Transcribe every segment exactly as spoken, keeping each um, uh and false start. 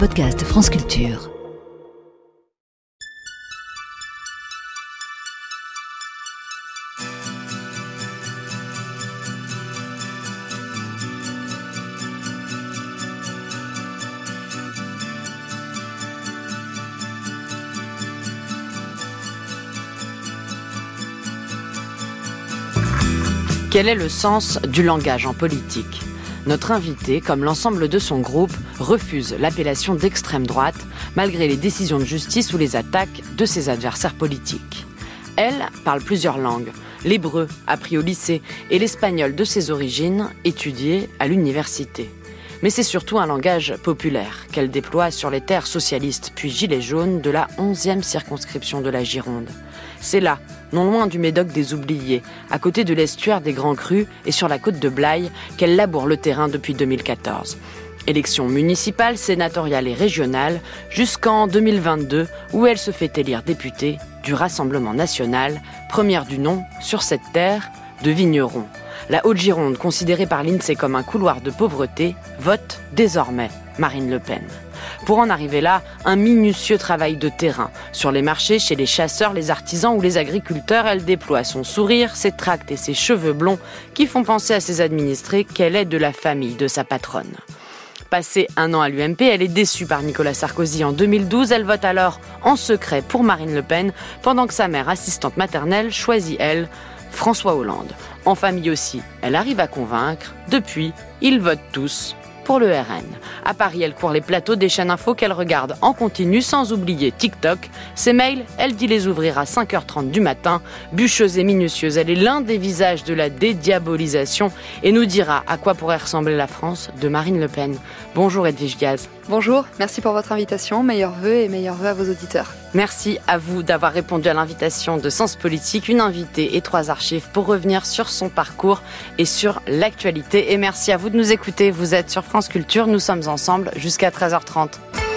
podcast France Culture. Quel est le sens du langage en politique ? Notre invité, comme l'ensemble de son groupe, refuse l'appellation d'extrême droite, malgré les décisions de justice ou les attaques de ses adversaires politiques. Elle parle plusieurs langues, l'hébreu, appris au lycée, et l'espagnol de ses origines, étudié à l'université. Mais c'est surtout un langage populaire qu'elle déploie sur les terres socialistes puis gilets jaunes de la onzième circonscription de la Gironde. C'est là, non loin du Médoc des Oubliés, à côté de l'estuaire des Grands Crus et sur la côte de Blaye, qu'elle laboure le terrain depuis deux mille quatorze. Élections municipales, sénatoriales et régionales, jusqu'en deux mille vingt-deux, où elle se fait élire députée du Rassemblement national, première du nom, sur cette terre, de vignerons. La Haute-Gironde, considérée par l'INSEE comme un couloir de pauvreté, vote désormais Marine Le Pen. Pour en arriver là, un minutieux travail de terrain. Sur les marchés, chez les chasseurs, les artisans ou les agriculteurs, elle déploie son sourire, ses tracts et ses cheveux blonds qui font penser à ses administrés qu'elle est de la famille de sa patronne. Passé un an à l'U M P, elle est déçue par Nicolas Sarkozy en deux mille douze. Elle vote alors en secret pour Marine Le Pen, pendant que sa mère, assistante maternelle, choisit, elle, François Hollande. En famille aussi, elle arrive à convaincre. Depuis, ils votent tous pour le R N. À Paris, elle court les plateaux des chaînes info qu'elle regarde en continu, sans oublier TikTok. Ses mails, elle dit les ouvrir à cinq heures trente du matin. Bûcheuse et minutieuse, elle est l'un des visages de la dédiabolisation et nous dira à quoi pourrait ressembler la France de Marine Le Pen. Bonjour Edwige Diaz. Bonjour, merci pour votre invitation. Meilleurs vœux et meilleurs vœux à vos auditeurs. Merci à vous d'avoir répondu à l'invitation de Sens Politique, une invitée et trois archives pour revenir sur son parcours et sur l'actualité. Et merci à vous de nous écouter. Vous êtes sur France Culture, nous sommes ensemble jusqu'à treize heures trente.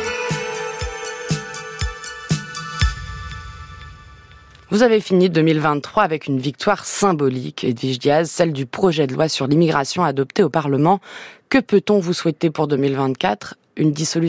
Vous avez fini deux mille vingt-trois avec une victoire symbolique, Edwige Diaz, celle du projet de loi sur l'immigration adopté au Parlement. Que peut-on vous souhaiter pour deux mille vingt-quatre ? Une dissolution ?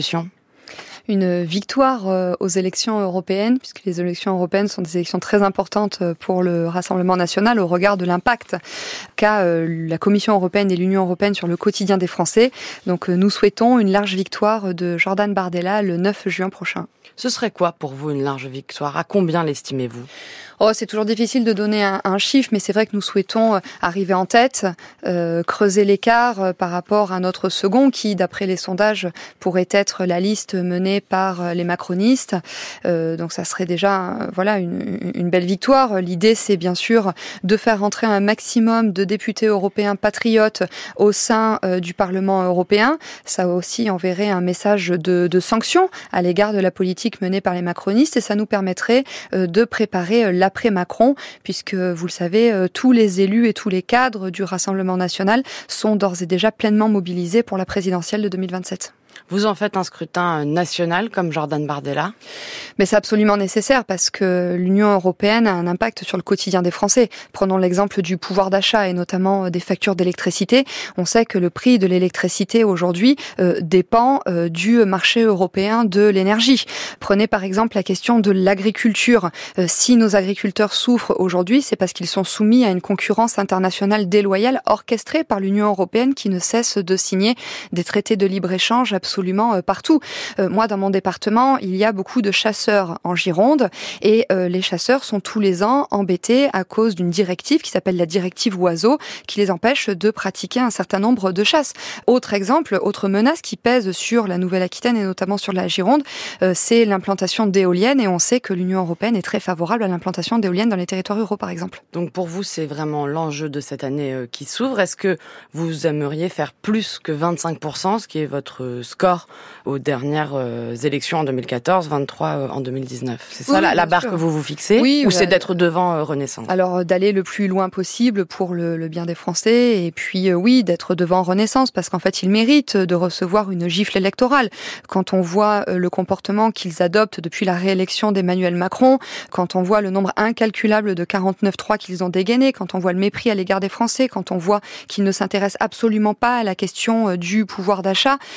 Une victoire aux élections européennes, puisque les élections européennes sont des élections très importantes pour le Rassemblement national au regard de l'impact qu'a la Commission européenne et l'Union européenne sur le quotidien des Français. Donc nous souhaitons une large victoire de Jordan Bardella le neuf juin prochain. Ce serait quoi pour vous une large victoire ? À combien l'estimez-vous ? Oh, c'est toujours difficile de donner un, un chiffre, mais c'est vrai que nous souhaitons arriver en tête, euh, creuser l'écart euh, par rapport à notre second, qui, d'après les sondages, pourrait être la liste menée par les macronistes. Euh, donc ça serait déjà euh, voilà une, une belle victoire. L'idée, c'est bien sûr de faire rentrer un maximum de députés européens patriotes au sein euh, du Parlement européen. Ça aussi enverrait un message de, de sanction à l'égard de la politique menée par les macronistes, et ça nous permettrait euh, de préparer euh, la après Macron, puisque vous le savez, tous les élus et tous les cadres du Rassemblement national sont d'ores et déjà pleinement mobilisés pour la présidentielle de deux mille vingt-sept. Vous en faites un scrutin national comme Jordan Bardella ? Mais c'est absolument nécessaire parce que l'Union européenne a un impact sur le quotidien des Français. Prenons l'exemple du pouvoir d'achat et notamment des factures d'électricité. On sait que le prix de l'électricité aujourd'hui euh, dépend euh, du marché européen de l'énergie. Prenez par exemple la question de l'agriculture. Euh, si nos agriculteurs souffrent aujourd'hui, c'est parce qu'ils sont soumis à une concurrence internationale déloyale orchestrée par l'Union européenne qui ne cesse de signer des traités de libre-échange absolument partout. Euh, moi, dans mon département, il y a beaucoup de chasseurs en Gironde et euh, les chasseurs sont tous les ans embêtés à cause d'une directive qui s'appelle la directive Oiseaux qui les empêche de pratiquer un certain nombre de chasses. Autre exemple, autre menace qui pèse sur la Nouvelle-Aquitaine et notamment sur la Gironde, euh, c'est l'implantation d'éoliennes et on sait que l'Union européenne est très favorable à l'implantation d'éoliennes dans les territoires ruraux par exemple. Donc pour vous, c'est vraiment l'enjeu de cette année euh, qui s'ouvre. Est-ce que vous aimeriez faire plus que vingt-cinq pour cent, ce qui est votre score aux dernières euh, élections en deux mille quatorze, vingt-trois euh, en deux mille dix-neuf. C'est ça oui, la, la barre sûr. Que vous vous fixez oui, ou bah, c'est d'être devant euh, Renaissance ? Alors d'aller le plus loin possible pour le, le bien des Français et puis euh, oui, d'être devant Renaissance parce qu'en fait ils méritent de recevoir une gifle électorale. Quand on voit euh, le comportement qu'ils adoptent depuis la réélection d'Emmanuel Macron, quand on voit le nombre incalculable de quarante-neuf trois qu'ils ont dégainé, quand on voit le mépris à l'égard des Français, quand on voit qu'ils ne s'intéressent absolument pas à la question euh, du pouvoir d'achat, qu'ils ont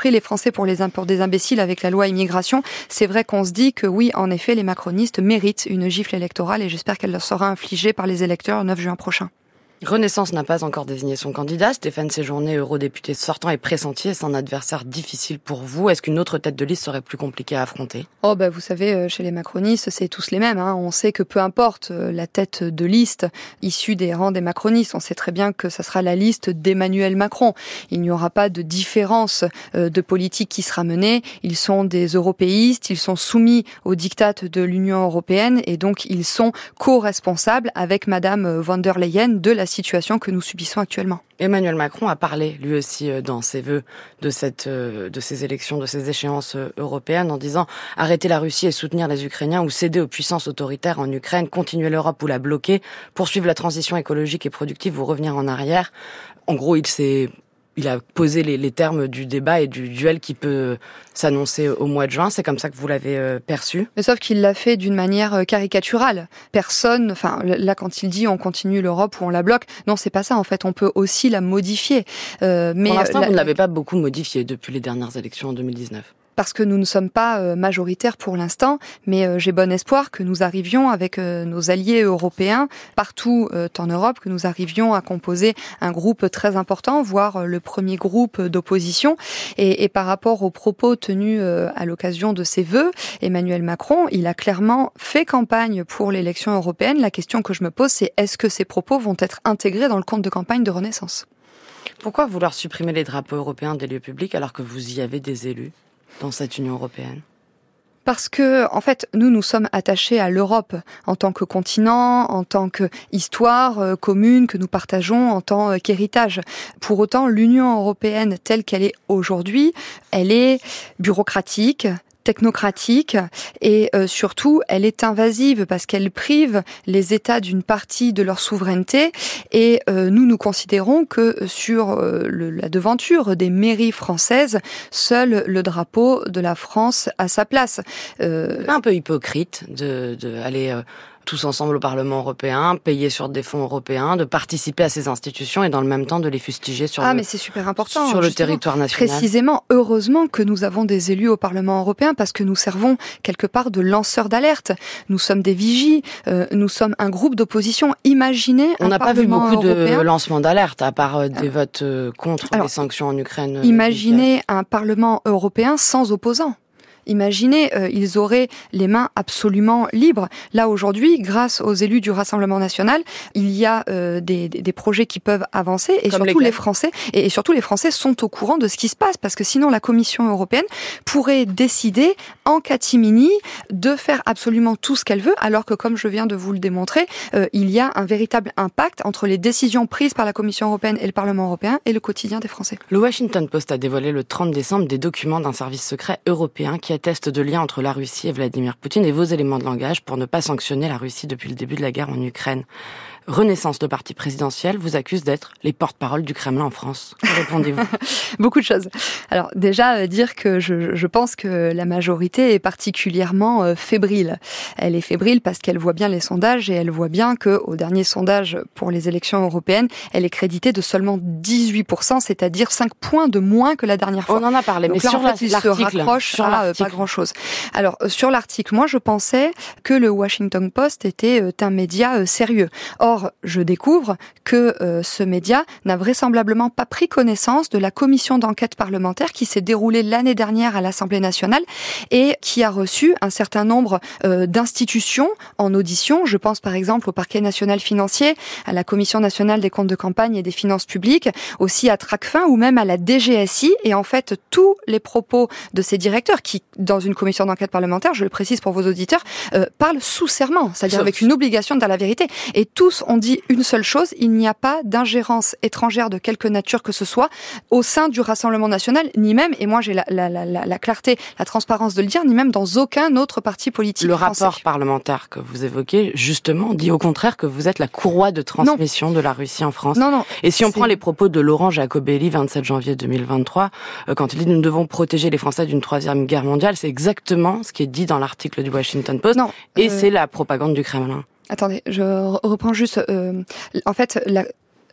pris les Français pour, les, pour des imbéciles avec la loi immigration, c'est vrai qu'on se dit que oui, en effet, les macronistes méritent une gifle électorale et j'espère qu'elle leur sera infligée par les électeurs le neuf juin prochain. Renaissance n'a pas encore désigné son candidat. Stéphane Séjourné, eurodéputé sortant, est pressenti. Est-ce un adversaire difficile pour vous? Est-ce qu'une autre tête de liste serait plus compliquée à affronter? Oh bah vous savez, chez les macronistes, c'est tous les mêmes. Hein. On sait que peu importe la tête de liste issue des rangs des macronistes, on sait très bien que ça sera la liste d'Emmanuel Macron. Il n'y aura pas de différence de politique qui sera menée. Ils sont des européistes, ils sont soumis aux diktats de l'Union européenne et donc ils sont co-responsables avec Madame von der Leyen de la situation que nous subissons actuellement. Emmanuel Macron a parlé, lui aussi, dans ses vœux de, cette, de ces élections, de ces échéances européennes, en disant « Arrêter la Russie et soutenir les Ukrainiens ou céder aux puissances autoritaires en Ukraine, continuer l'Europe ou la bloquer, poursuivre la transition écologique et productive ou revenir en arrière ». En gros, il s'est... Il a posé les, les termes du débat et du duel qui peut s'annoncer au mois de juin. C'est comme ça que vous l'avez euh, perçu? Mais sauf qu'il l'a fait d'une manière caricaturale. Personne, enfin là quand il dit on continue l'Europe ou on la bloque, non c'est pas ça en fait. On peut aussi la modifier. Euh, mais pour l'instant, la, vous ne l'avez pas beaucoup modifié depuis les dernières élections en deux mille dix-neuf. Parce que nous ne sommes pas majoritaires pour l'instant, mais j'ai bon espoir que nous arrivions avec nos alliés européens partout en Europe, que nous arrivions à composer un groupe très important, voire le premier groupe d'opposition. Et, et par rapport aux propos tenus à l'occasion de ses vœux, Emmanuel Macron, il a clairement fait campagne pour l'élection européenne. La question que je me pose, c'est est-ce que ces propos vont être intégrés dans le compte de campagne de Renaissance? Pourquoi vouloir supprimer les drapeaux européens des lieux publics alors que vous y avez des élus dans cette Union européenne? Parce que, en fait, nous, nous sommes attachés à l'Europe en tant que continent, en tant qu'histoire euh, commune que nous partageons en tant euh, qu'héritage. Pour autant, l'Union européenne telle qu'elle est aujourd'hui, elle est bureaucratique, technocratique et euh, surtout elle est invasive parce qu'elle prive les États d'une partie de leur souveraineté et euh, nous nous considérons que sur euh, le, la devanture des mairies françaises, seul le drapeau de la France a sa place. Euh... Un peu hypocrite de, de aller euh... tous ensemble au Parlement européen, payer sur des fonds européens, de participer à ces institutions et dans le même temps de les fustiger sur ah, le, mais c'est super important, sur le territoire national. Précisément, heureusement que nous avons des élus au Parlement européen parce que nous servons quelque part de lanceurs d'alerte. Nous sommes des vigies, euh, nous sommes un groupe d'opposition. Imaginez On un n'a pas vu beaucoup européen... de lancements d'alerte à part euh, des votes euh, contre Alors, les sanctions en Ukraine. Euh, imaginez un Parlement européen sans opposants. Imaginez, euh, ils auraient les mains absolument libres. Là, aujourd'hui, grâce aux élus du Rassemblement national, il y a euh, des, des, des projets qui peuvent avancer et Comme surtout les, les Français et, et surtout les Français sont au courant de ce qui se passe parce que sinon la Commission européenne pourrait décider en catimini de faire absolument tout ce qu'elle veut alors que, comme je viens de vous le démontrer, euh, il y a un véritable impact entre les décisions prises par la Commission européenne et le Parlement européen et le quotidien des Français. Le Washington Post a dévoilé le trente décembre des documents d'un service secret européen qui atteste de liens entre la Russie et Vladimir Poutine et vos éléments de langage pour ne pas sanctionner la Russie depuis le début de la guerre en Ukraine. Renaissance, le parti présidentiel, vous accuse d'être les porte-parole du Kremlin en France. Que répondez-vous? Beaucoup de choses. Alors déjà, euh, dire que je, je pense que la majorité est particulièrement euh, fébrile. Elle est fébrile parce qu'elle voit bien les sondages et elle voit bien qu'au dernier sondage pour les élections européennes, elle est créditée de seulement dix-huit pour cent, c'est-à-dire cinq points de moins que la dernière fois. On en a parlé, Donc mais là, sur en fait, il se raccroche sur à euh, pas grand-chose. Alors, euh, sur l'article, moi je pensais que le Washington Post était euh, un média euh, sérieux. Or, Or, je découvre que euh, ce média n'a vraisemblablement pas pris connaissance de la commission d'enquête parlementaire qui s'est déroulée l'année dernière à l'Assemblée nationale et qui a reçu un certain nombre euh, d'institutions en audition. Je pense par exemple au Parquet national financier, à la Commission nationale des comptes de campagne et des finances publiques, aussi à Tracfin ou même à la D G S I. Et en fait, tous les propos de ces directeurs qui, dans une commission d'enquête parlementaire, je le précise pour vos auditeurs, euh, parlent sous serment, c'est-à-dire avec une obligation de dire la vérité. Et tous on dit une seule chose, il n'y a pas d'ingérence étrangère de quelque nature que ce soit au sein du Rassemblement national, ni même, et moi j'ai la, la, la, la clarté, la transparence de le dire, ni même dans aucun autre parti politique Le français. rapport parlementaire que vous évoquez, justement, dit au contraire que vous êtes la courroie de transmission non. de la Russie en France. Non, non. Et si on c'est... prend les propos de Laurent Jacobelli, vingt-sept janvier deux mille vingt-trois, euh, quand il dit « Nous devons protéger les Français d'une troisième guerre mondiale », c'est exactement ce qui est dit dans l'article du Washington Post, non, et euh... c'est la propagande du Kremlin. Attendez, je reprends juste. Euh, en fait, la,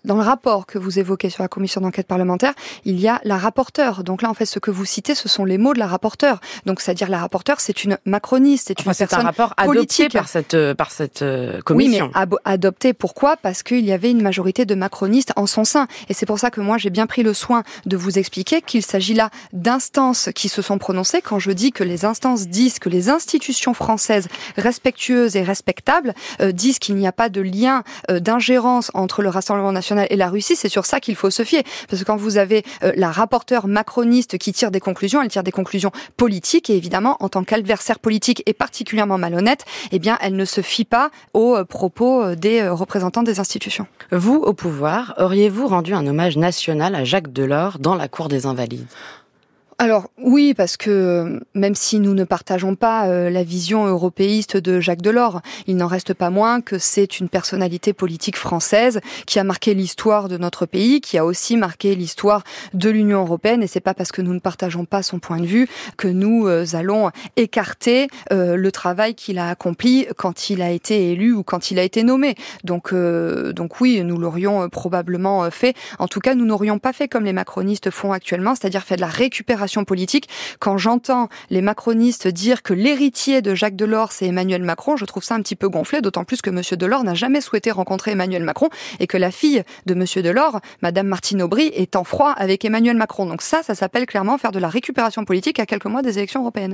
dans le rapport que vous évoquez sur la commission d'enquête parlementaire, il y a la rapporteure. Donc là, en fait, ce que vous citez, ce sont les mots de la rapporteure. Donc, c'est-à-dire la rapporteure, c'est une macroniste, c'est enfin, une c'est personne un rapport politique. adopté par cette, par cette euh, commission. Oui, mais ab- adopté, pourquoi ? Parce qu'il y avait une majorité de macronistes en son sein. Et c'est pour ça que moi, j'ai bien pris le soin de vous expliquer qu'il s'agit là d'instances qui se sont prononcées. Quand je dis que les instances disent que les institutions françaises respectueuses et respectables euh, disent qu'il n'y a pas de lien euh, d'ingérence entre le Rassemblement national et la Russie, c'est sur ça qu'il faut se fier. Parce que quand vous avez euh, la rapporteure macroniste qui tire des conclusions, elle tire des conclusions politiques et évidemment, en tant qu'adversaire politique et particulièrement malhonnête, eh bien, elle ne se fie pas aux euh, propos euh, des euh, représentants des institutions. Vous, au pouvoir, auriez-vous rendu un hommage national à Jacques Delors dans la cour des Invalides ? Alors oui, parce que même si nous ne partageons pas euh, la vision européiste de Jacques Delors, il n'en reste pas moins que c'est une personnalité politique française qui a marqué l'histoire de notre pays, qui a aussi marqué l'histoire de l'Union européenne. Et c'est pas parce que nous ne partageons pas son point de vue que nous euh, allons écarter euh, le travail qu'il a accompli quand il a été élu ou quand il a été nommé. Donc, euh, donc oui, nous l'aurions probablement fait. En tout cas, nous n'aurions pas fait comme les macronistes font actuellement, c'est-à-dire fait de la récupération politique. Quand j'entends les macronistes dire que l'héritier de Jacques Delors, c'est Emmanuel Macron, je trouve ça un petit peu gonflé, d'autant plus que Monsieur Delors n'a jamais souhaité rencontrer Emmanuel Macron et que la fille de Monsieur Delors, Madame Martine Aubry, est en froid avec Emmanuel Macron. Donc ça, ça s'appelle clairement faire de la récupération politique à quelques mois des élections européennes.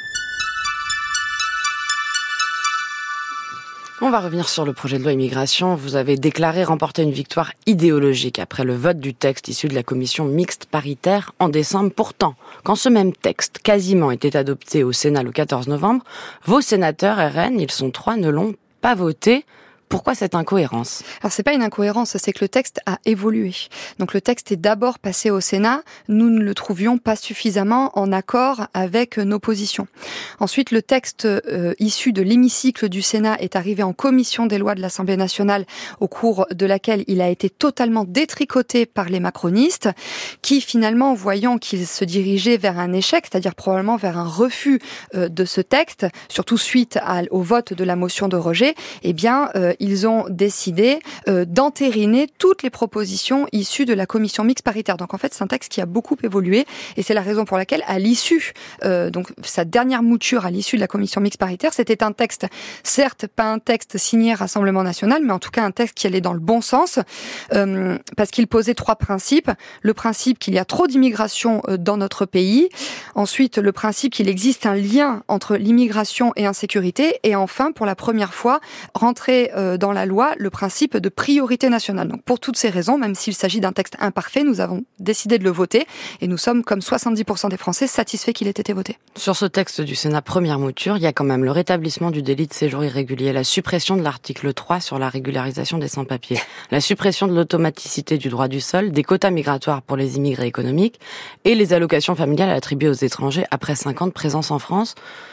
On va revenir sur le projet de loi immigration. Vous avez déclaré remporter une victoire idéologique après le vote du texte issu de la commission mixte paritaire en décembre. Pourtant, quand ce même texte quasiment était adopté au Sénat le quatorze novembre, vos sénateurs R N, ils sont trois, ne l'ont pas voté. Pourquoi cette incohérence ? Alors c'est pas une incohérence, c'est que le texte a évolué. Donc le texte est d'abord passé au Sénat, nous ne le trouvions pas suffisamment en accord avec nos positions. Ensuite, le texte euh, issu de l'hémicycle du Sénat est arrivé en commission des lois de l'Assemblée nationale, au cours de laquelle il a été totalement détricoté par les macronistes, qui finalement, voyant qu'ils se dirigeaient vers un échec, c'est-à-dire probablement vers un refus euh, de ce texte, surtout suite à, au vote de la motion de rejet, eh bien euh, ils ont décidé euh, d'entériner toutes les propositions issues de la commission mixte paritaire. Donc en fait, c'est un texte qui a beaucoup évolué et c'est la raison pour laquelle, à l'issue, euh, donc sa dernière mouture à l'issue de la commission mixte paritaire, c'était un texte, certes pas un texte signé Rassemblement national, mais en tout cas un texte qui allait dans le bon sens, euh, parce qu'il posait trois principes. Le principe qu'il y a trop d'immigration euh, dans notre pays. Ensuite, le principe qu'il existe un lien entre l'immigration et insécurité. Et enfin, pour la première fois, rentrer euh, dans la loi le principe de priorité nationale. Donc pour toutes ces raisons, même s'il s'agit d'un texte imparfait, nous avons décidé de le voter et nous sommes, comme soixante-dix pour cent des Français, satisfaits qu'il ait été voté. Sur ce texte du Sénat première mouture, il y a quand même le rétablissement du délit de séjour irrégulier, la suppression de l'article trois sur la régularisation des sans-papiers, la suppression de l'automaticité du droit du sol, des quotas migratoires pour les immigrés économiques et les allocations familiales attribuées aux étrangers après cinq ans de présence en France.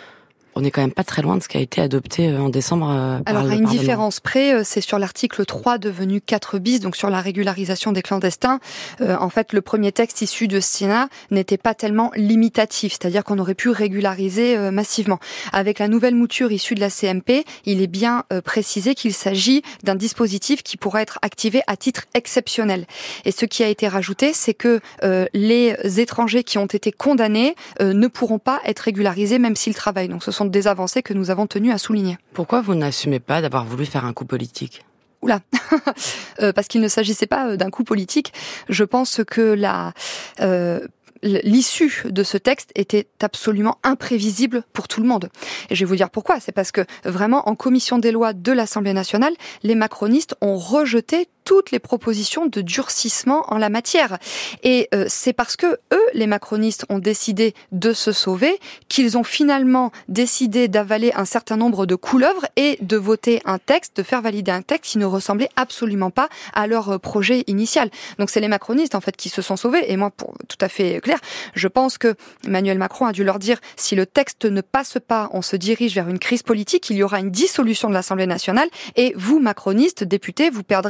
On n'est quand même pas très loin de ce qui a été adopté en décembre par Alors, le à une Parlement. différence près, c'est sur l'article trois devenu quatre bis, donc sur la régularisation des clandestins. Euh, en fait, le premier texte issu de Sénat n'était pas tellement limitatif, c'est-à-dire qu'on aurait pu régulariser euh, massivement. Avec la nouvelle mouture issue de la C M P, il est bien euh, précisé qu'il s'agit d'un dispositif qui pourra être activé à titre exceptionnel. Et ce qui a été rajouté, c'est que euh, les étrangers qui ont été condamnés euh, ne pourront pas être régularisés même s'ils travaillent. Donc, ce sont des avancées que nous avons tenu à souligner. Pourquoi vous n'assumez pas d'avoir voulu faire un coup politique ? Oula, euh, parce qu'il ne s'agissait pas d'un coup politique. Je pense que la... Euh, l'issue de ce texte était absolument imprévisible pour tout le monde. Et je vais vous dire pourquoi. C'est parce que vraiment, en commission des lois de l'Assemblée nationale, les macronistes ont rejeté toutes les propositions de durcissement en la matière. Et euh, c'est parce que eux, les macronistes, ont décidé de se sauver qu'ils ont finalement décidé d'avaler un certain nombre de couleuvres et de voter un texte, de faire valider un texte qui ne ressemblait absolument pas à leur projet initial. Donc c'est les macronistes en fait qui se sont sauvés. Et moi, pour tout à fait clair, je pense que Emmanuel Macron a dû leur dire si le texte ne passe pas, on se dirige vers une crise politique, il y aura une dissolution de l'Assemblée nationale et vous, macronistes, députés, vous perdrez beaucoup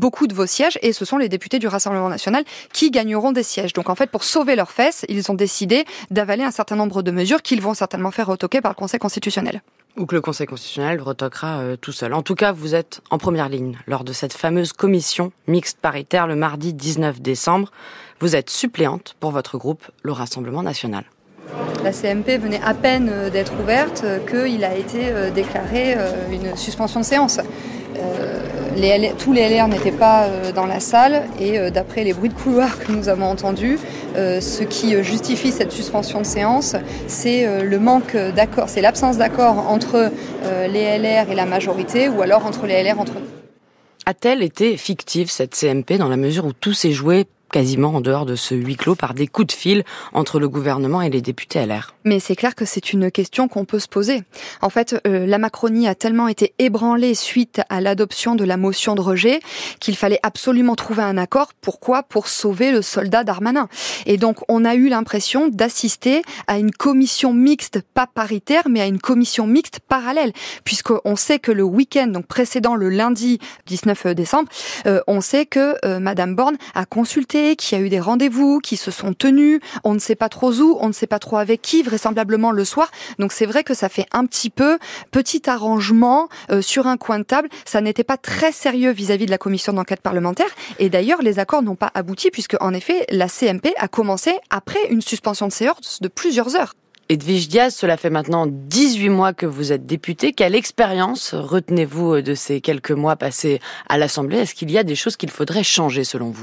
beaucoup de vos sièges et ce sont les députés du Rassemblement national qui gagneront des sièges. Donc en fait, pour sauver leurs fesses, ils ont décidé d'avaler un certain nombre de mesures qu'ils vont certainement faire retoquer par le Conseil constitutionnel. Ou que le Conseil constitutionnel retoquera euh, tout seul. En tout cas, vous êtes en première ligne lors de cette fameuse commission mixte paritaire le mardi dix-neuf décembre. Vous êtes suppléante pour votre groupe, le Rassemblement national. La C M P venait à peine d'être ouverte qu'il a été déclaré une suspension de séance. Euh, les L R, tous les L R n'étaient pas dans la salle et d'après les bruits de couloir que nous avons entendus, euh, ce qui justifie cette suspension de séance, c'est le manque d'accord, c'est l'absence d'accord entre euh, les L R et la majorité ou alors entre les L R entre eux. A-t-elle été fictive cette C M P dans la mesure où tout s'est joué quasiment en dehors de ce huis clos par des coups de fil entre le gouvernement et les députés L R? Mais c'est clair que c'est une question qu'on peut se poser. En fait, euh, la Macronie a tellement été ébranlée suite à l'adoption de la motion de rejet qu'il fallait absolument trouver un accord. Pourquoi ? Pour sauver le soldat Darmanin. Et donc, on a eu l'impression d'assister à une commission mixte, pas paritaire, mais à une commission mixte parallèle. Puisqu'on sait que le week-end, donc précédent le lundi dix-neuf décembre, euh, on sait que euh, Madame Borne a consulté, qu'il y a eu des rendez-vous qui se sont tenus, on ne sait pas trop où, on ne sait pas trop avec qui, vraisemblablement le soir. Donc c'est vrai que ça fait un petit peu petit arrangement euh, sur un coin de table. Ça n'était pas très sérieux vis-à-vis de la commission d'enquête parlementaire. Et d'ailleurs, les accords n'ont pas abouti puisque, en effet, la C M P a commencé après une suspension de séance de plusieurs heures. Edwige Diaz, cela fait maintenant dix-huit mois que vous êtes députée. Quelle expérience retenez-vous de ces quelques mois passés à l'Assemblée ? Est-ce qu'il y a des choses qu'il faudrait changer selon vous ?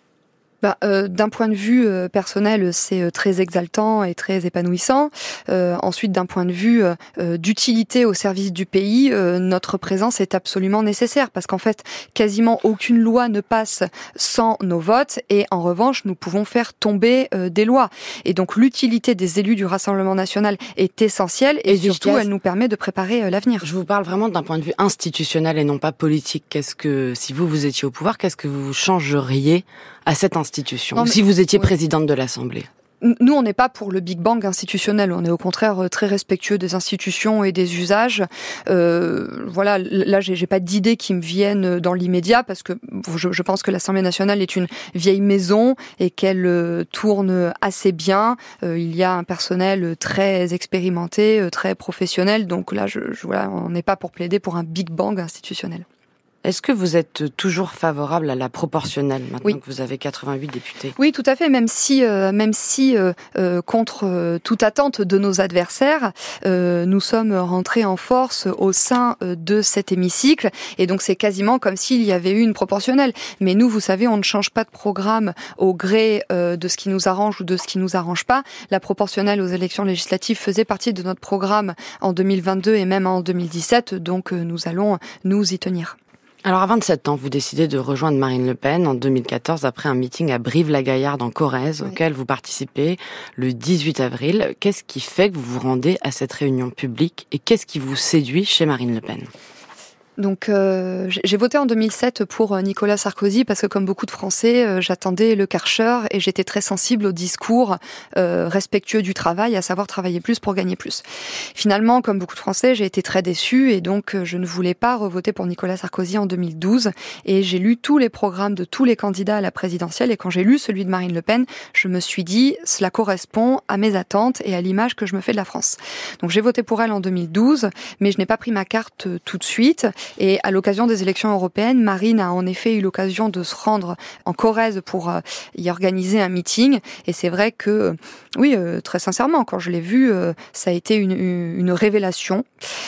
Bah, euh, d'un point de vue euh, personnel, c'est euh, très exaltant et très épanouissant. Euh, ensuite, d'un point de vue euh, d'utilité au service du pays, euh, notre présence est absolument nécessaire parce qu'en fait, quasiment aucune loi ne passe sans nos votes et en revanche, nous pouvons faire tomber euh, des lois. Et donc, l'utilité des élus du Rassemblement national est essentielle et, et surtout, elle nous permet de préparer euh, l'avenir. Je vous parle vraiment d'un point de vue institutionnel et non pas politique. Qu'est-ce que, si vous, vous étiez au pouvoir, qu'est-ce que vous changeriez à cette institution, non, mais, si vous étiez oui. présidente de l'Assemblée? Nous, on n'est pas pour le Big Bang institutionnel. On est au contraire très respectueux des institutions et des usages. Euh, voilà, là, j'ai, j'ai pas d'idées qui me viennent dans l'immédiat parce que je, je pense que l'Assemblée nationale est une vieille maison et qu'elle euh, tourne assez bien. Euh, il y a un personnel très expérimenté, très professionnel. Donc là, je, je, voilà, on n'est pas pour plaider pour un Big Bang institutionnel. Est-ce que vous êtes toujours favorable à la proportionnelle maintenant oui. que vous avez quatre-vingt-huit députés ? Oui, tout à fait. Même si, euh, même si euh, euh, contre euh, toute attente de nos adversaires, euh, nous sommes rentrés en force au sein euh, de cet hémicycle. Et donc, c'est quasiment comme s'il y avait eu une proportionnelle. Mais nous, vous savez, on ne change pas de programme au gré euh, de ce qui nous arrange ou de ce qui nous arrange pas. La proportionnelle aux élections législatives faisait partie de notre programme en deux mille vingt-deux et même en deux mille dix-sept. Donc, euh, nous allons nous y tenir. Alors à vingt-sept ans, vous décidez de rejoindre Marine Le Pen en deux mille quatorze après un meeting à Brive-la-Gaillarde en Corrèze oui. auquel vous participez le dix-huit avril. Qu'est-ce qui fait que vous vous rendez à cette réunion publique et qu'est-ce qui vous séduit chez Marine Le Pen ? Donc euh, j'ai voté en deux mille sept pour Nicolas Sarkozy parce que comme beaucoup de Français, euh, j'attendais le Karcher et j'étais très sensible au discours euh, respectueux du travail, à savoir travailler plus pour gagner plus. Finalement, comme beaucoup de Français, j'ai été très déçue et donc euh, je ne voulais pas revoter pour Nicolas Sarkozy en deux mille douze et j'ai lu tous les programmes de tous les candidats à la présidentielle et quand j'ai lu celui de Marine Le Pen, je me suis dit cela correspond à mes attentes et à l'image que je me fais de la France. Donc j'ai voté pour elle en deux mille douze, mais je n'ai pas pris ma carte euh, tout de suite. Et à l'occasion des élections européennes, Marine a en effet eu l'occasion de se rendre en Corrèze pour euh, y organiser un meeting. Et c'est vrai que, euh, oui, euh, très sincèrement, quand je l'ai vue, euh, ça a été une, une révélation.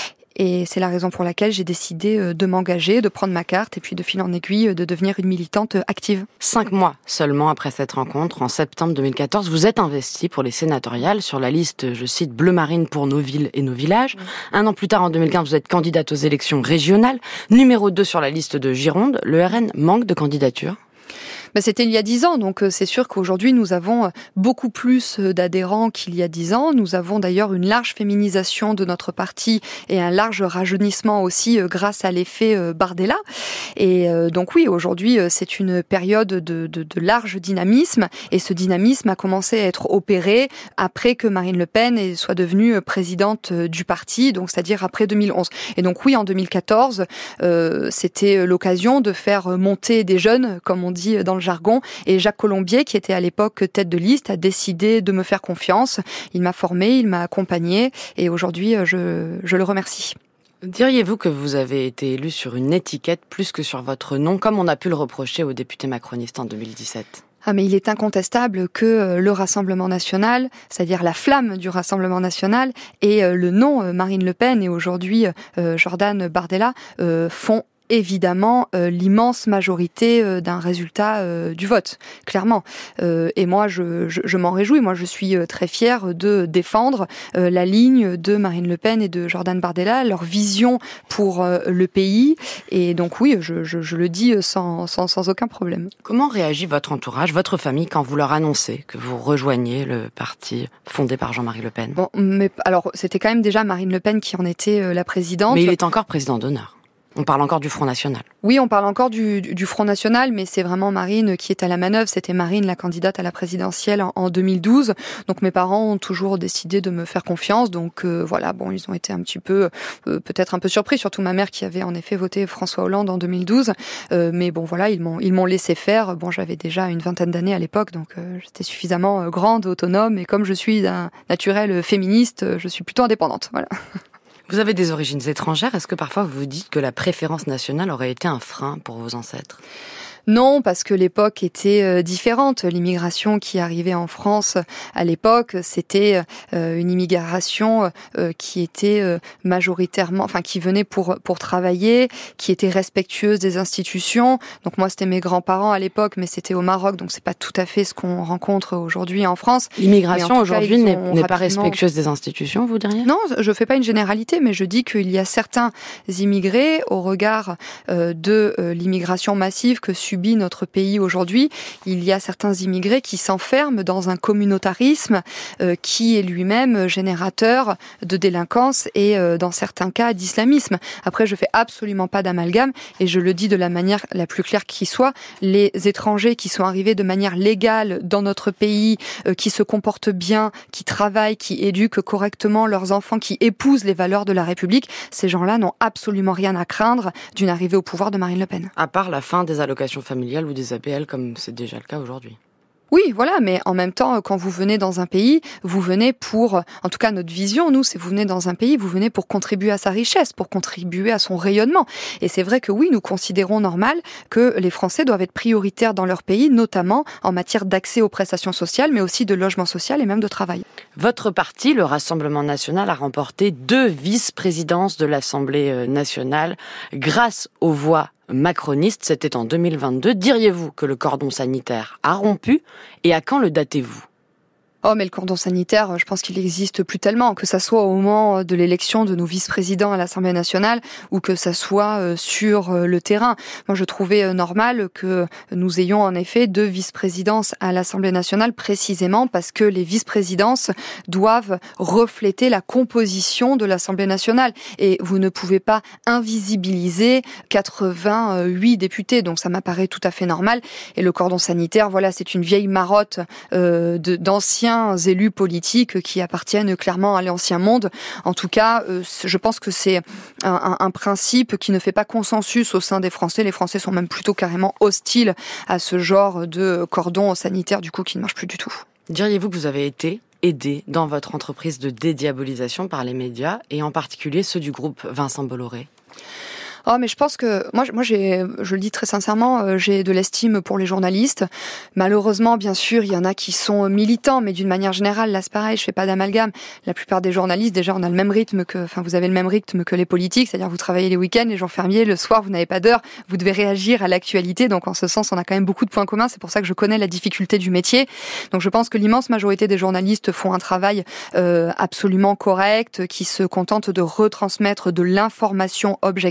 Et c'est la raison pour laquelle j'ai décidé de m'engager, de prendre ma carte et puis de fil en aiguille de devenir une militante active. Cinq mois seulement après cette rencontre, en septembre deux mille quatorze, vous êtes investie pour les sénatoriales sur la liste, je cite, Bleu Marine pour nos villes et nos villages. Mmh. Un an plus tard, en deux mille quinze, vous êtes candidate aux élections régionales. Numéro deux sur la liste de Gironde, le R N manque de candidatures. Ben, c'était il y a dix ans, donc c'est sûr qu'aujourd'hui nous avons beaucoup plus d'adhérents qu'il y a dix ans. Nous avons d'ailleurs une large féminisation de notre parti et un large rajeunissement aussi grâce à l'effet Bardella. Et donc oui, aujourd'hui c'est une période de, de, de large dynamisme et ce dynamisme a commencé à être opéré après que Marine Le Pen soit devenue présidente du parti, donc c'est-à-dire après deux mille onze. Et donc oui, en deux mille quatorze, euh, c'était l'occasion de faire monter des jeunes, comme on dit dans le jargon, et Jacques Colombier, qui était à l'époque tête de liste, a décidé de me faire confiance. Il m'a formé, il m'a accompagné et aujourd'hui je, je le remercie. Diriez-vous que vous avez été élu sur une étiquette plus que sur votre nom, comme on a pu le reprocher aux députés macronistes en deux mille dix-sept ? Ah mais il est incontestable que le Rassemblement national, c'est-à-dire la flamme du Rassemblement national, et le nom Marine Le Pen et aujourd'hui Jordan Bardella font évidemment euh, l'immense majorité euh, d'un résultat euh, du vote, clairement. Euh, et moi, je, je, je m'en réjouis. Moi, je suis euh, très fière de défendre euh, la ligne de Marine Le Pen et de Jordan Bardella, leur vision pour euh, le pays. Et donc oui, je, je, je le dis sans, sans, sans aucun problème. Comment réagit votre entourage, votre famille, quand vous leur annoncez que vous rejoignez le parti fondé par Jean-Marie Le Pen ? Bon, mais alors, c'était quand même déjà Marine Le Pen qui en était euh, la présidente. Mais il est encore président d'honneur. On parle encore du Front National. Oui, on parle encore du, du, du Front National, mais c'est vraiment Marine qui est à la manœuvre. C'était Marine, la candidate à la présidentielle en, en deux mille douze. Donc mes parents ont toujours décidé de me faire confiance. Donc euh, voilà, bon, ils ont été un petit peu, euh, peut-être un peu surpris, surtout ma mère qui avait en effet voté François Hollande en deux mille douze. Euh, mais bon, voilà, ils m'ont, ils m'ont laissé faire. Bon, j'avais déjà une vingtaine d'années à l'époque, donc euh, j'étais suffisamment euh, grande, autonome. Et comme je suis d'un naturel féministe, euh, je suis plutôt indépendante. Voilà. Vous avez des origines étrangères. Est-ce que parfois vous vous dites que la préférence nationale aurait été un frein pour vos ancêtres ? Non, parce que l'époque était euh, différente. L'immigration qui arrivait en France à l'époque, c'était euh, une immigration euh, qui était euh, majoritairement, enfin qui venait pour pour travailler, qui était respectueuse des institutions. Donc moi, c'était mes grands-parents à l'époque, mais c'était au Maroc, donc c'est pas tout à fait ce qu'on rencontre aujourd'hui en France. L'immigration aujourd'hui n'est, n'est rapidement... pas respectueuse des institutions, vous diriez ? Non, je fais pas une généralité, mais je dis qu'il y a certains immigrés au regard euh, de euh, l'immigration massive que subit notre pays aujourd'hui, il y a certains immigrés qui s'enferment dans un communautarisme euh, qui est lui-même générateur de délinquance et euh, dans certains cas d'islamisme. Après, je fais absolument pas d'amalgame et je le dis de la manière la plus claire qui soit. Les étrangers qui sont arrivés de manière légale dans notre pays, euh, qui se comportent bien, qui travaillent, qui éduquent correctement leurs enfants, qui épousent les valeurs de la République, ces gens-là n'ont absolument rien à craindre d'une arrivée au pouvoir de Marine Le Pen. À part la fin des allocations familiales ou des A P L, comme c'est déjà le cas aujourd'hui. Oui, voilà, mais en même temps, quand vous venez dans un pays, vous venez pour, en tout cas notre vision, nous, c'est vous venez dans un pays, vous venez pour contribuer à sa richesse, pour contribuer à son rayonnement. Et c'est vrai que oui, nous considérons normal que les Français doivent être prioritaires dans leur pays, notamment en matière d'accès aux prestations sociales, mais aussi de logement social et même de travail. Votre parti, le Rassemblement national, a remporté deux vice-présidences de l'Assemblée nationale grâce aux voix macroniste, c'était en deux mille vingt-deux. Diriez-vous que le cordon sanitaire a rompu et à quand le datez-vous ? Oh, mais le cordon sanitaire, je pense qu'il n'existe plus tellement, que ça soit au moment de l'élection de nos vice-présidents à l'Assemblée nationale ou que ça soit sur le terrain. Moi, je trouvais normal que nous ayons en effet deux vice-présidences à l'Assemblée nationale précisément parce que les vice-présidences doivent refléter la composition de l'Assemblée nationale et vous ne pouvez pas invisibiliser quatre-vingt-huit députés, donc ça m'apparaît tout à fait normal. Et le cordon sanitaire, voilà, c'est une vieille marotte euh, de, d'anciens élus politiques qui appartiennent clairement à l'ancien monde. En tout cas, euh, je pense que c'est un, un, un principe qui ne fait pas consensus au sein des Français. Les Français sont même plutôt carrément hostiles à ce genre de cordon sanitaire, du coup, qui ne marche plus du tout. Diriez-vous que vous avez été aidé dans votre entreprise de dédiabolisation par les médias, et en particulier ceux du groupe Vincent Bolloré ? Oh, mais je pense que moi, moi, j'ai, je le dis très sincèrement, euh, j'ai de l'estime pour les journalistes. Malheureusement, bien sûr, il y en a qui sont militants, mais d'une manière générale, là, c'est pareil, je fais pas d'amalgame. La plupart des journalistes, déjà, on a le même rythme que, enfin, vous avez le même rythme que les politiques, c'est-à-dire vous travaillez les week-ends, les jours fériés, le soir, vous n'avez pas d'heure, vous devez réagir à l'actualité. Donc, en ce sens, on a quand même beaucoup de points communs. C'est pour ça que je connais la difficulté du métier. Donc, je pense que l'immense majorité des journalistes font un travail euh, absolument correct, qui se contentent de retransmettre de l'information objective.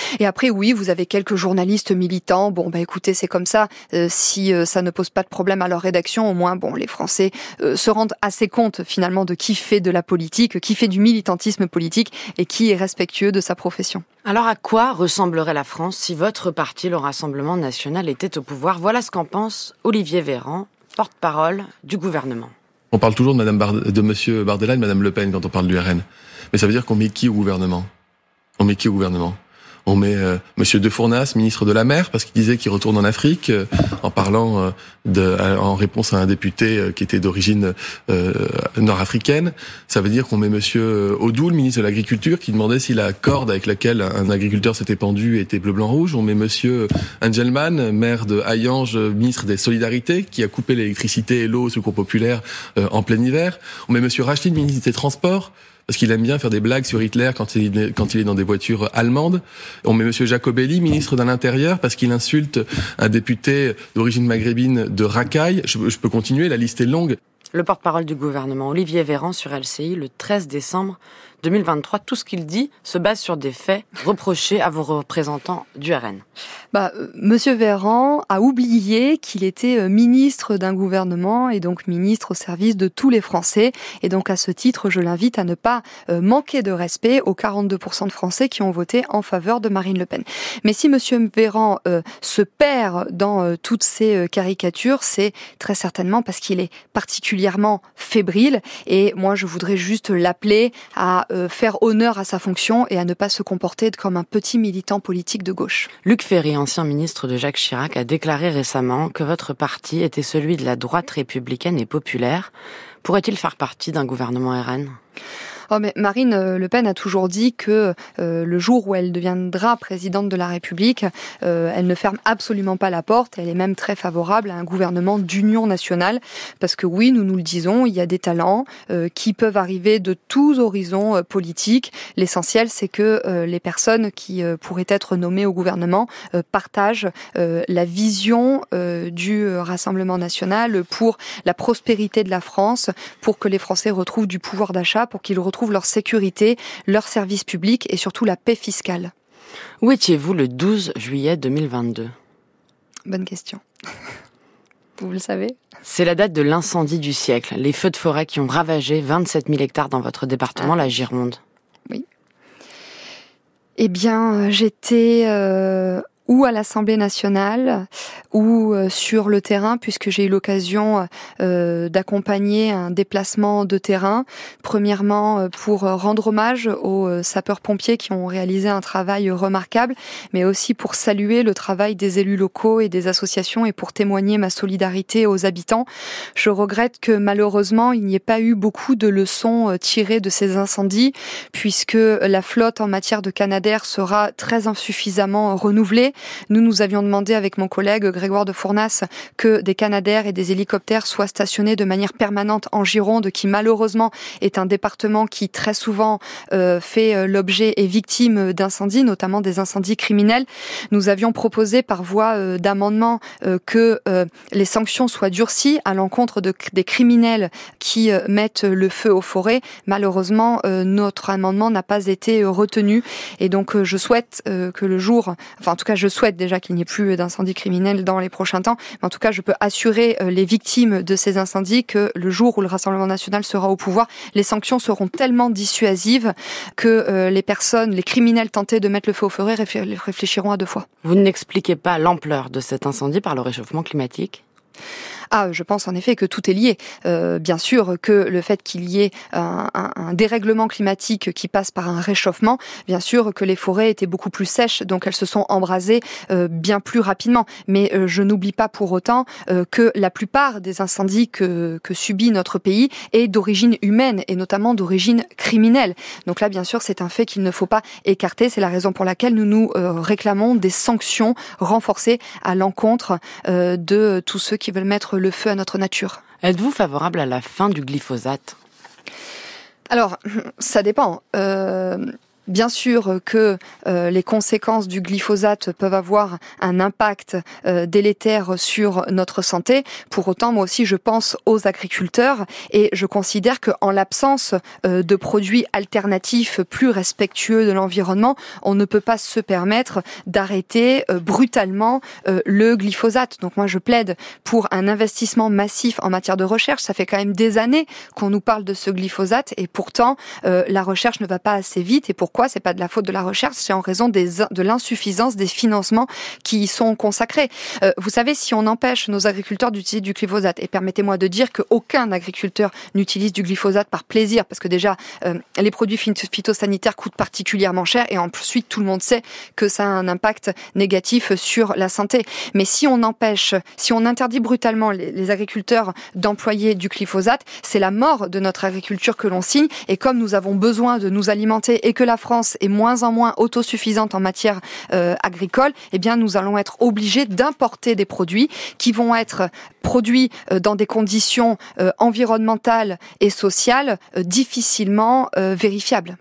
Et après, oui, vous avez quelques journalistes militants. Bon, bah écoutez, c'est comme ça. Euh, si euh, ça ne pose pas de problème à leur rédaction, au moins, bon, les Français euh, se rendent assez compte finalement de qui fait de la politique, qui fait du militantisme politique et qui est respectueux de sa profession. Alors à quoi ressemblerait la France si votre parti, le Rassemblement national, était au pouvoir? Voilà ce qu'en pense Olivier Véran, porte-parole du gouvernement. On parle toujours de Madame Bard- de Monsieur Bardella et de Madame Le Pen quand on parle du R N. Mais ça veut dire qu'on met qui au gouvernement? On met qui au gouvernement? On met euh, Monsieur De Fournas, ministre de la Mer, parce qu'il disait qu'il retourne en Afrique, euh, en parlant euh, de, en réponse à un député euh, qui était d'origine euh, nord-africaine. Ça veut dire qu'on met Monsieur Audoul, ministre de l'Agriculture, qui demandait si la corde avec laquelle un agriculteur s'était pendu était bleu-blanc-rouge. On met Monsieur Angelman, maire de Hayange, ministre des Solidarités, qui a coupé l'électricité et l'eau au Secours populaire euh, en plein hiver. On met Monsieur Rachid, ministre des Transports, parce qu'il aime bien faire des blagues sur Hitler quand il est, quand il est dans des voitures allemandes. On met Monsieur Jacobelli, ministre de l'Intérieur, parce qu'il insulte un député d'origine maghrébine de Racaille. Je, je peux continuer, la liste est longue. Le porte-parole du gouvernement, Olivier Véran, sur L C I, le treize décembre deux mille vingt-trois. Tout ce qu'il dit se base sur des faits reprochés à vos représentants du R N. Bah, euh, Monsieur Véran a oublié qu'il était ministre d'un gouvernement et donc ministre au service de tous les Français. Et donc à ce titre, je l'invite à ne pas euh, manquer de respect aux quarante-deux pour cent de Français qui ont voté en faveur de Marine Le Pen. Mais si Monsieur Véran euh, se perd dans euh, toutes ces euh, caricatures, c'est très certainement parce qu'il est particulièrement fébrile. Et moi, je voudrais juste l'appeler à euh, faire honneur à sa fonction et à ne pas se comporter comme un petit militant politique de gauche. Luc Ferry, ancien ministre de Jacques Chirac, a déclaré récemment que votre parti était celui de la droite républicaine et populaire. Pourrait-il faire partie d'un gouvernement R N ? Oh, mais Marine Le Pen a toujours dit que euh, le jour où elle deviendra présidente de la République, euh, elle ne ferme absolument pas la porte. Elle est même très favorable à un gouvernement d'union nationale. Parce que oui, nous nous le disons, il y a des talents euh, qui peuvent arriver de tous horizons euh, politiques. L'essentiel, c'est que euh, les personnes qui euh, pourraient être nommées au gouvernement euh, partagent euh, la vision euh, du Rassemblement national pour la prospérité de la France, pour que les Français retrouvent du pouvoir d'achat, pour qu'ils retrouvent leur sécurité, leurs services publics et surtout la paix fiscale. Où étiez-vous le douze juillet deux mille vingt-deux ? Bonne question. Vous le savez ? C'est la date de l'incendie du siècle, les feux de forêt qui ont ravagé vingt-sept mille hectares dans votre département, ah. la Gironde. Oui. Eh bien, j'étais... Euh ou à l'Assemblée nationale, ou euh, sur le terrain, puisque j'ai eu l'occasion euh, d'accompagner un déplacement de terrain. Premièrement, euh, pour rendre hommage aux euh, sapeurs-pompiers qui ont réalisé un travail remarquable, mais aussi pour saluer le travail des élus locaux et des associations et pour témoigner ma solidarité aux habitants. Je regrette que malheureusement, il n'y ait pas eu beaucoup de leçons euh, tirées de ces incendies, puisque la flotte en matière de Canadair sera très insuffisamment renouvelée. Nous, nous avions demandé avec mon collègue Grégoire de Fournas que des Canadair et des hélicoptères soient stationnés de manière permanente en Gironde, qui malheureusement est un département qui très souvent euh, fait l'objet et victime d'incendies, notamment des incendies criminels. Nous avions proposé par voie euh, d'amendement euh, que euh, les sanctions soient durcies à l'encontre de, des criminels qui euh, mettent le feu aux forêts. Malheureusement, euh, notre amendement n'a pas été euh, retenu et donc euh, je souhaite euh, que le jour, enfin en tout cas je souhaite déjà qu'il n'y ait plus d'incendies criminels dans les prochains temps, mais en tout cas je peux assurer les victimes de ces incendies que le jour où le Rassemblement national sera au pouvoir, les sanctions seront tellement dissuasives que les personnes, les criminels tentés de mettre le feu aux forêts réfléchiront à deux fois. Vous n'expliquez pas l'ampleur de cet incendie par le réchauffement climatique ? Ah, je pense en effet que tout est lié. Euh, bien sûr que le fait qu'il y ait un, un, un dérèglement climatique qui passe par un réchauffement, bien sûr que les forêts étaient beaucoup plus sèches, donc elles se sont embrasées euh, bien plus rapidement. Mais euh, je n'oublie pas pour autant euh, que la plupart des incendies que, que subit notre pays est d'origine humaine et notamment d'origine criminelle. Donc là, bien sûr, c'est un fait qu'il ne faut pas écarter. C'est la raison pour laquelle nous nous euh, réclamons des sanctions renforcées à l'encontre euh, de tous ceux qui veulent mettre le feu à notre nature. Êtes-vous favorable à la fin du glyphosate ? Alors, ça dépend. Euh, Bien sûr que euh, les conséquences du glyphosate peuvent avoir un impact euh, délétère sur notre santé. Pour autant, moi aussi, je pense aux agriculteurs et je considère qu'en l'absence euh, de produits alternatifs plus respectueux de l'environnement, on ne peut pas se permettre d'arrêter euh, brutalement euh, le glyphosate. Donc moi, je plaide pour un investissement massif en matière de recherche. Ça fait quand même des années qu'on nous parle de ce glyphosate et pourtant, euh, la recherche ne va pas assez vite. Et pour Pourquoi ? C'est pas de la faute de la recherche, c'est en raison des, de l'insuffisance des financements qui y sont consacrés. Euh, vous savez, si on empêche nos agriculteurs d'utiliser du glyphosate, et permettez-moi de dire qu'aucun agriculteur n'utilise du glyphosate par plaisir, parce que déjà, euh, les produits phytosanitaires coûtent particulièrement cher, et ensuite, tout le monde sait que ça a un impact négatif sur la santé. Mais si on empêche, si on interdit brutalement les, les agriculteurs d'employer du glyphosate, c'est la mort de notre agriculture que l'on signe, et comme nous avons besoin de nous alimenter et que la France est moins en moins autosuffisante en matière euh, agricole, eh bien nous allons être obligés d'importer des produits qui vont être produits euh, dans des conditions euh, environnementales et sociales euh, difficilement euh, vérifiables.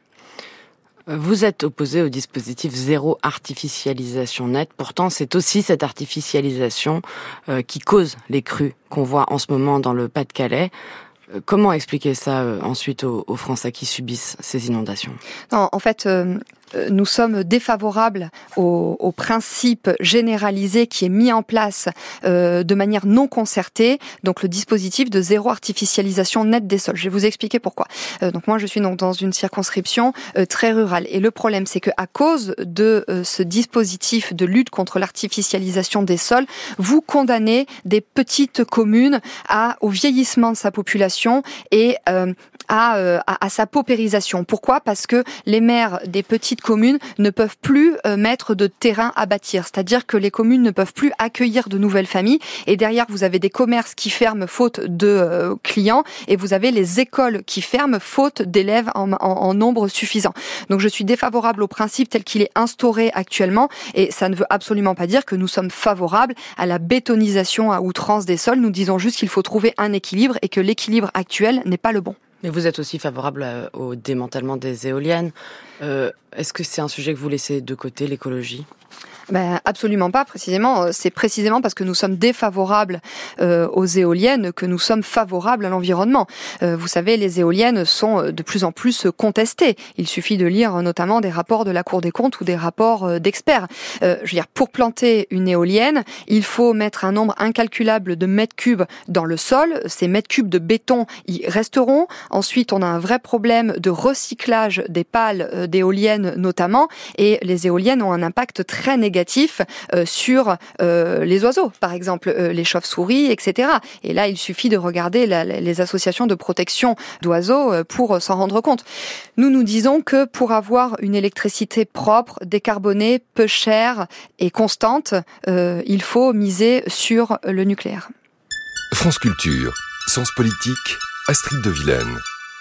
Vous êtes opposé au dispositif zéro artificialisation nette. Pourtant, c'est aussi cette artificialisation euh, qui cause les crues qu'on voit en ce moment dans le Pas-de-Calais. Comment expliquer ça euh, ensuite aux, aux Français qui subissent ces inondations ? Non, en fait, euh, nous sommes défavorables au, au principe généralisé qui est mis en place euh, de manière non concertée, donc le dispositif de zéro artificialisation nette des sols. Je vais vous expliquer pourquoi. Euh, donc moi, je suis donc dans une circonscription euh, très rurale, et le problème, c'est que à cause de euh, ce dispositif de lutte contre l'artificialisation des sols, vous condamnez des petites communes à au vieillissement de sa population et euh, à, euh, à, à sa paupérisation. Pourquoi ? Parce que les maires des petites communes ne peuvent plus euh, mettre de terrain à bâtir. C'est-à-dire que les communes ne peuvent plus accueillir de nouvelles familles. Et derrière, vous avez des commerces qui ferment faute de euh, clients, et vous avez les écoles qui ferment faute d'élèves en, en, en nombre suffisant. Donc je suis défavorable au principe tel qu'il est instauré actuellement, et ça ne veut absolument pas dire que nous sommes favorables à la bétonisation à outrance des sols. Nous disons juste qu'il faut trouver un équilibre et que l'équilibre actuel n'est pas le bon. Mais vous êtes aussi favorable au démantèlement des éoliennes. Euh, est-ce que c'est un sujet que vous laissez de côté, l'écologie ? Ben, absolument pas, précisément. C'est précisément parce que nous sommes défavorables euh, aux éoliennes que nous sommes favorables à l'environnement. Euh, vous savez, les éoliennes sont de plus en plus contestées. Il suffit de lire notamment des rapports de la Cour des comptes ou des rapports euh, d'experts. Euh, je veux dire, pour planter une éolienne, il faut mettre un nombre incalculable de mètres cubes dans le sol. Ces mètres cubes de béton y resteront. Ensuite, on a un vrai problème de recyclage des pales d'éoliennes notamment. Et les éoliennes ont un impact très négatif négatif euh, sur euh, les oiseaux, par exemple euh, les chauves-souris, et cetera. Et là, il suffit de regarder la, les associations de protection d'oiseaux euh, pour s'en rendre compte. Nous nous disons que pour avoir une électricité propre, décarbonée, peu chère et constante, euh, il faut miser sur le nucléaire. France Culture, Sens Politique, Astrid de Vilaine.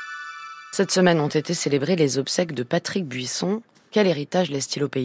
Cette semaine ont été célébrées les obsèques de Patrick Buisson. Quel héritage laisse-t-il au pays ?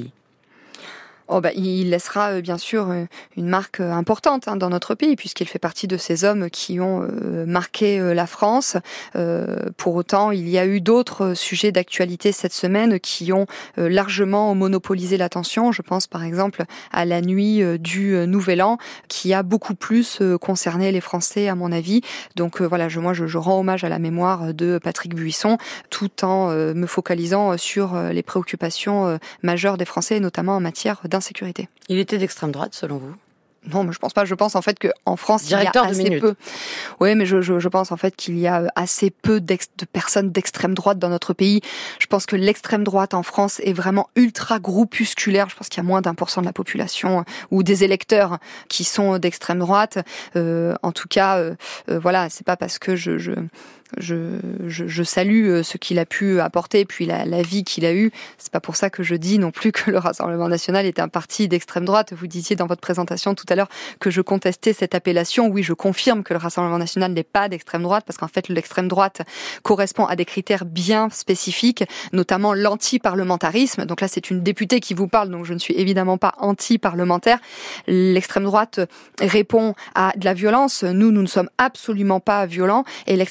Oh bah, il laissera bien sûr une marque importante hein, dans notre pays, puisqu'il fait partie de ces hommes qui ont euh, marqué euh, la France. Euh, pour autant, il y a eu d'autres sujets d'actualité cette semaine qui ont euh, largement monopolisé l'attention. Je pense par exemple à la nuit euh, du euh, Nouvel An, qui a beaucoup plus euh, concerné les Français, à mon avis. Donc euh, voilà, je, moi je, je rends hommage à la mémoire de Patrick Buisson, tout en euh, me focalisant sur euh, les préoccupations euh, majeures des Français, notamment en matière d'insécurité. Sécurité. Il était d'extrême droite, selon vous ? Non, mais je pense pas. Je pense en fait qu'en France, Directeur il y a assez de minute. peu. Oui, mais je, je, je pense en fait qu'il y a assez peu de personnes d'extrême droite dans notre pays. Je pense que l'extrême droite en France est vraiment ultra groupusculaire. Je pense qu'il y a moins d'un pour cent de la population ou des électeurs qui sont d'extrême droite. Euh, en tout cas, euh, euh, voilà, c'est pas parce que je, je Je, je, je salue ce qu'il a pu apporter, puis la, la vie qu'il a eue. C'est pas pour ça que je dis non plus que le Rassemblement national est un parti d'extrême droite. Vous disiez dans votre présentation tout à l'heure que je contestais cette appellation. Oui, je confirme que le Rassemblement national n'est pas d'extrême droite, parce qu'en fait, l'extrême droite correspond à des critères bien spécifiques, notamment l'anti-parlementarisme. Donc là, c'est une députée qui vous parle, donc je ne suis évidemment pas anti-parlementaire. L'extrême droite répond à de la violence. Nous, nous ne sommes absolument pas violents, et l'extrême droite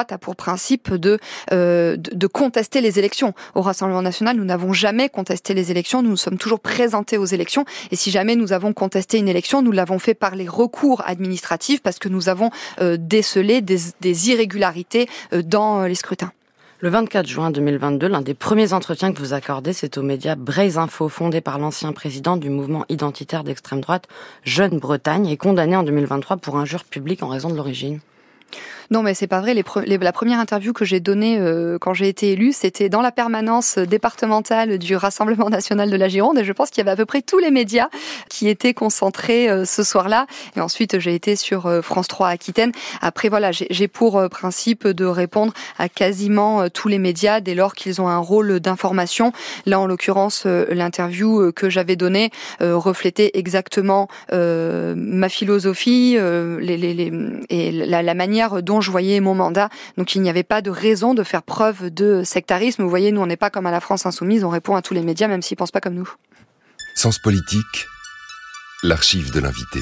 droite a pour principe de, euh, de, de contester les élections. Au Rassemblement national, nous n'avons jamais contesté les élections, nous nous sommes toujours présentés aux élections, et si jamais nous avons contesté une élection, nous l'avons fait par les recours administratifs, parce que nous avons euh, décelé des, des irrégularités euh, dans les scrutins. Le vingt-quatre juin deux mille vingt-deux, l'un des premiers entretiens que vous accordez, c'est aux médias Braise Info, fondé par l'ancien président du mouvement identitaire d'extrême droite, Jeune Bretagne, et condamné en deux mille vingt-trois pour injure publique en raison de l'origine. Non, mais c'est pas vrai. Les pre- les, la première interview que j'ai donnée euh, quand j'ai été élue, c'était dans la permanence départementale du Rassemblement national de la Gironde, et je pense qu'il y avait à peu près tous les médias qui étaient concentrés euh, ce soir-là. Et ensuite, j'ai été sur euh, France trois Aquitaine. Après, voilà, j'ai, j'ai pour euh, principe de répondre à quasiment euh, tous les médias dès lors qu'ils ont un rôle d'information. Là, en l'occurrence, euh, l'interview euh, que j'avais donnée euh, reflétait exactement euh, ma philosophie euh, les, les, les, et la, la manière dont je voyais mon mandat. Donc il n'y avait pas de raison de faire preuve de sectarisme. Vous voyez, nous on n'est pas comme à la France insoumise, on répond à tous les médias même s'ils pensent pas comme nous. Sens politique, l'archive de l'invité.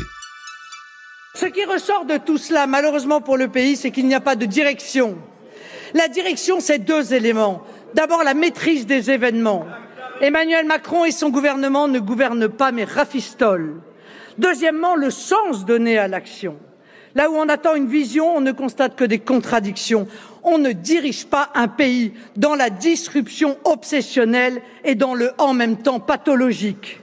Ce qui ressort de tout cela, malheureusement pour le pays, c'est qu'il n'y a pas de direction. La direction, c'est deux éléments. D'abord, la maîtrise des événements. Emmanuel Macron et son gouvernement ne gouvernent pas mais rafistolent. Deuxièmement, le sens donné à l'action. Là où on attend une vision, on ne constate que des contradictions. On ne dirige pas un pays dans la disruption obsessionnelle et dans le en même temps pathologique.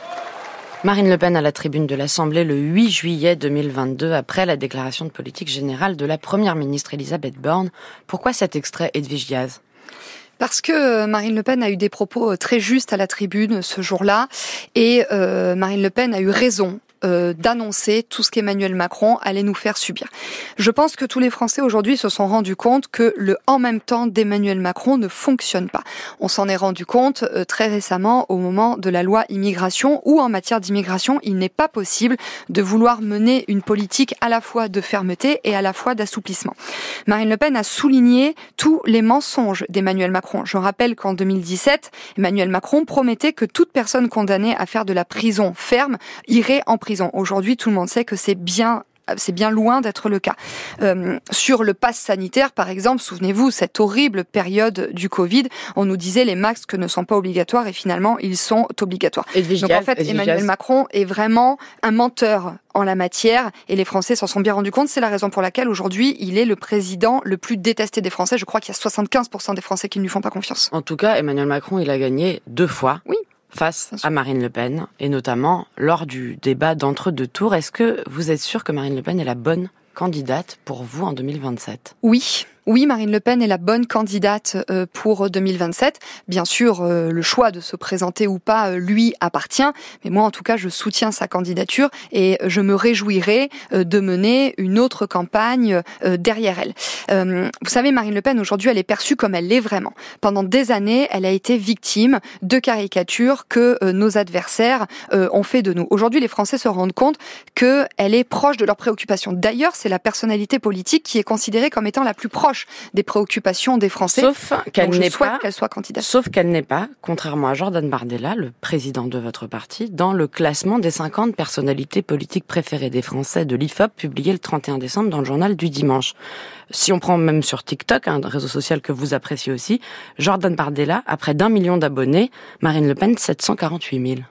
Marine Le Pen à la tribune de l'Assemblée le huit juillet deux mille vingt-deux, après la déclaration de politique générale de la première ministre Elisabeth Borne. Pourquoi cet extrait, Edwige Diaz ? Parce que Marine Le Pen a eu des propos très justes à la tribune ce jour-là, et euh, Marine Le Pen a eu raison Euh, d'annoncer tout ce qu'Emmanuel Macron allait nous faire subir. Je pense que tous les Français aujourd'hui se sont rendus compte que le « en même temps » d'Emmanuel Macron ne fonctionne pas. On s'en est rendu compte euh, très récemment au moment de la loi immigration, où en matière d'immigration, il n'est pas possible de vouloir mener une politique à la fois de fermeté et à la fois d'assouplissement. Marine Le Pen a souligné tous les mensonges d'Emmanuel Macron. Je rappelle qu'en deux mille dix-sept, Emmanuel Macron promettait que toute personne condamnée à faire de la prison ferme irait en prison. Aujourd'hui, tout le monde sait que c'est bien c'est bien loin d'être le cas. Euh, sur le pass sanitaire, par exemple, souvenez-vous, cette horrible période du Covid, on nous disait les masques ne sont pas obligatoires et finalement, ils sont obligatoires. Donc en fait, Emmanuel Macron est vraiment un menteur en la matière et les Français s'en sont bien rendus compte. C'est la raison pour laquelle aujourd'hui, il est le président le plus détesté des Français. Je crois qu'il y a soixante-quinze pour cent des Français qui ne lui font pas confiance. En tout cas, Emmanuel Macron, il a gagné deux fois. Oui. Face à Marine Le Pen, et notamment lors du débat d'entre-deux tours. Est-ce que vous êtes sûr que Marine Le Pen est la bonne candidate pour vous en deux mille vingt-sept ? Oui. Oui, Marine Le Pen est la bonne candidate pour deux mille vingt-sept. Bien sûr, le choix de se présenter ou pas lui appartient, mais moi en tout cas je soutiens sa candidature et je me réjouirai de mener une autre campagne derrière elle. Vous savez, Marine Le Pen aujourd'hui elle est perçue comme elle l'est vraiment. Pendant des années, elle a été victime de caricatures que nos adversaires ont fait de nous. Aujourd'hui, les Français se rendent compte qu'elle est proche de leurs préoccupations. D'ailleurs, c'est la personnalité politique qui est considérée comme étant la plus proche des préoccupations des Français. Sauf qu'elle Donc, n'est je souhaite pas, qu'elle soit candidate. Sauf qu'elle n'est pas, contrairement à Jordan Bardella, le président de votre parti, dans le classement des cinquante personnalités politiques préférées des Français de l'I F O P, publié le trente et un décembre dans le journal du dimanche. Si on prend même sur TikTok, un réseau social que vous appréciez aussi, Jordan Bardella a près d'un million d'abonnés, Marine Le Pen sept cent quarante-huit mille.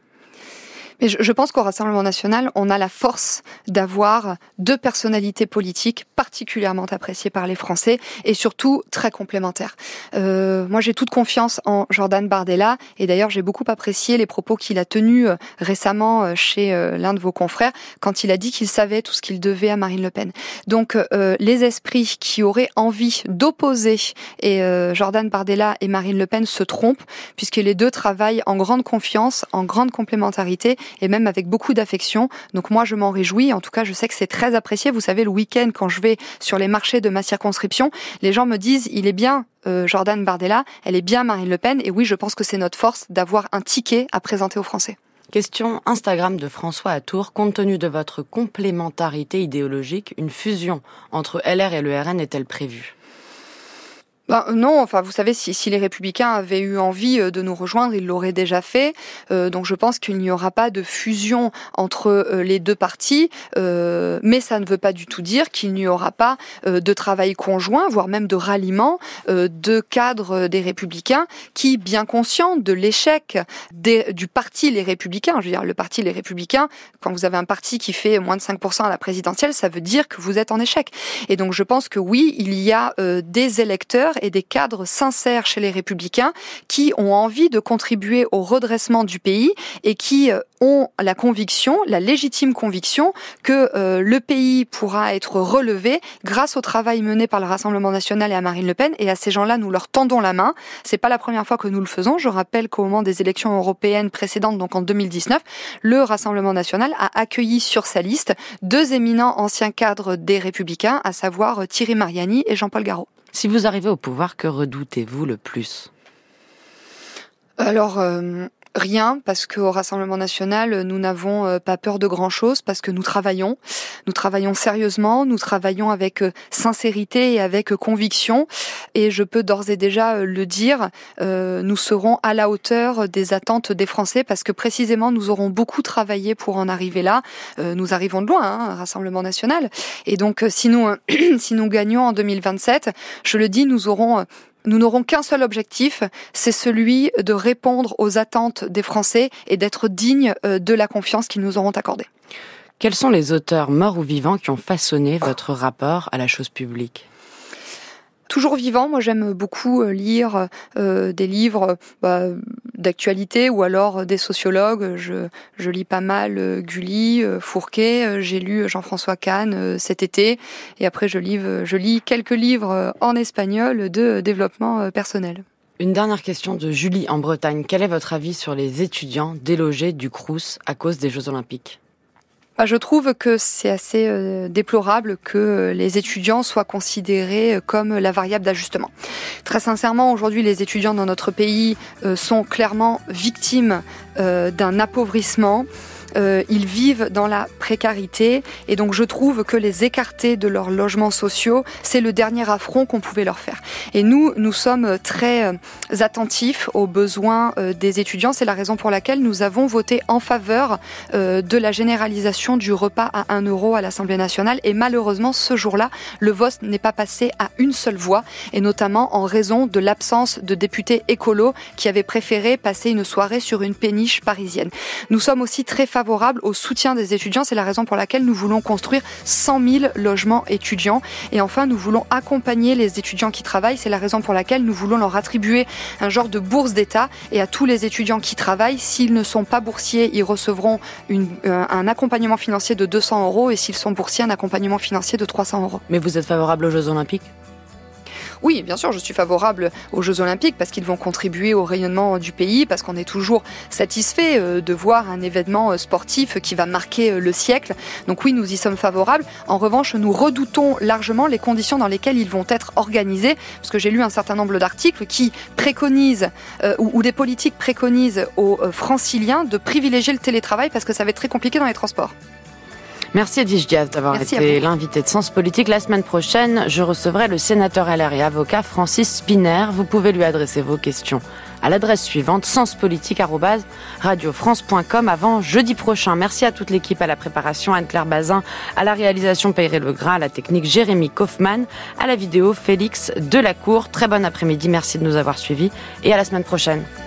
Mais je, je pense qu'au Rassemblement national, on a la force d'avoir deux personnalités politiques particulièrement appréciées par les Français et surtout très complémentaires. Euh, moi, j'ai toute confiance en Jordan Bardella et d'ailleurs, j'ai beaucoup apprécié les propos qu'il a tenus récemment chez l'un de vos confrères quand il a dit qu'il savait tout ce qu'il devait à Marine Le Pen. Donc, euh, les esprits qui auraient envie d'opposer et euh, Jordan Bardella et Marine Le Pen se trompent puisque les deux travaillent en grande confiance, en grande complémentarité et même avec beaucoup d'affection. Donc moi, je m'en réjouis. En tout cas, je sais que c'est très apprécié. Vous savez, le week-end, quand je vais sur les marchés de ma circonscription, les gens me disent, il est bien euh, Jordan Bardella, elle est bien Marine Le Pen. Et oui, je pense que c'est notre force d'avoir un ticket à présenter aux Français. Question Instagram de François Atour. Compte tenu de votre complémentarité idéologique, une fusion entre L R et le R N est-elle prévue ? Ben, non, enfin, vous savez, si, si les Républicains avaient eu envie de nous rejoindre, ils l'auraient déjà fait. Euh, donc, je pense qu'il n'y aura pas de fusion entre euh, les deux partis, euh, mais ça ne veut pas du tout dire qu'il n'y aura pas euh, de travail conjoint, voire même de ralliement euh, de cadres des Républicains qui, bien conscients de l'échec des, du parti Les Républicains, je veux dire, le parti Les Républicains, quand vous avez un parti qui fait moins de cinq pour cent à la présidentielle, ça veut dire que vous êtes en échec. Et donc, je pense que oui, il y a euh, des électeurs et des cadres sincères chez les Républicains qui ont envie de contribuer au redressement du pays et qui ont la conviction, la légitime conviction que euh, le pays pourra être relevé grâce au travail mené par le Rassemblement national et à Marine Le Pen. Et à ces gens-là, nous leur tendons la main. C'est pas la première fois que nous le faisons. Je rappelle qu'au moment des élections européennes précédentes, donc en deux mille dix-neuf, le Rassemblement national a accueilli sur sa liste deux éminents anciens cadres des Républicains, à savoir Thierry Mariani et Jean-Paul Garot. Si vous arrivez au pouvoir, que redoutez-vous le plus ? Alors, euh, rien, parce qu'au Rassemblement national, nous n'avons euh, pas peur de grand-chose, parce que nous travaillons. Nous travaillons sérieusement, nous travaillons avec euh, sincérité et avec euh, conviction. Et je peux d'ores et déjà euh, le dire, euh, nous serons à la hauteur des attentes des Français, parce que précisément, nous aurons beaucoup travaillé pour en arriver là. Euh, nous arrivons de loin, hein, Rassemblement national. Et donc, euh, si nous, euh, si nous gagnons en deux mille vingt-sept, je le dis, nous aurons... Euh, Nous n'aurons qu'un seul objectif, c'est celui de répondre aux attentes des Français et d'être dignes de la confiance qu'ils nous auront accordée. Quels sont les auteurs morts ou vivants qui ont façonné votre rapport à la chose publique ? Toujours vivant, moi j'aime beaucoup lire euh, des livres bah, d'actualité ou alors des sociologues. Je, je lis pas mal euh, Gulli, euh, Fourquet, j'ai lu Jean-François Kahn euh, cet été et après je lis, je lis quelques livres en espagnol de développement personnel. Une dernière question de Julie en Bretagne. Quel est votre avis sur les étudiants délogés du Crous à cause des Jeux Olympiques ? Bah, je trouve que c'est assez euh, déplorable que les étudiants soient considérés comme la variable d'ajustement. Très sincèrement, aujourd'hui, les étudiants dans notre pays euh, sont clairement victimes euh, d'un appauvrissement. Euh, ils vivent dans la précarité et donc je trouve que les écarter de leurs logements sociaux, c'est le dernier affront qu'on pouvait leur faire. Et nous, nous sommes très euh, attentifs aux besoins euh, des étudiants. C'est la raison pour laquelle nous avons voté en faveur euh, de la généralisation du repas à un euro à l'Assemblée nationale. Et malheureusement, ce jour-là, le vote n'est pas passé à une seule voix et notamment en raison de l'absence de députés écolos qui avaient préféré passer une soirée sur une péniche parisienne. Nous sommes aussi très favorables favorable au soutien des étudiants. C'est la raison pour laquelle nous voulons construire cent mille logements étudiants. Et enfin, nous voulons accompagner les étudiants qui travaillent. C'est la raison pour laquelle nous voulons leur attribuer un genre de bourse d'État. Et à tous les étudiants qui travaillent, s'ils ne sont pas boursiers, ils recevront une, euh, un accompagnement financier de deux cents euros. Et s'ils sont boursiers, un accompagnement financier de trois cents euros. Mais vous êtes favorable aux Jeux Olympiques ? Oui, bien sûr, je suis favorable aux Jeux Olympiques parce qu'ils vont contribuer au rayonnement du pays, parce qu'on est toujours satisfait de voir un événement sportif qui va marquer le siècle. Donc oui, nous y sommes favorables. En revanche, nous redoutons largement les conditions dans lesquelles ils vont être organisés, parce que j'ai lu un certain nombre d'articles qui préconisent, euh, ou, ou des politiques préconisent aux franciliens de privilégier le télétravail parce que ça va être très compliqué dans les transports. Merci Edwige Diaz d'avoir Merci été l'invité de Sens Politique. La semaine prochaine, je recevrai le sénateur L R et avocat Francis Spinner. Vous pouvez lui adresser vos questions à l'adresse suivante, senspolitique arobase radio france point com avant jeudi prochain. Merci à toute l'équipe, à la préparation Anne-Claire Bazin, à la réalisation Peyre Legras, à la technique Jérémy Kaufmann, à la vidéo Félix Delacour. Très bon après-midi, merci de nous avoir suivis et à la semaine prochaine.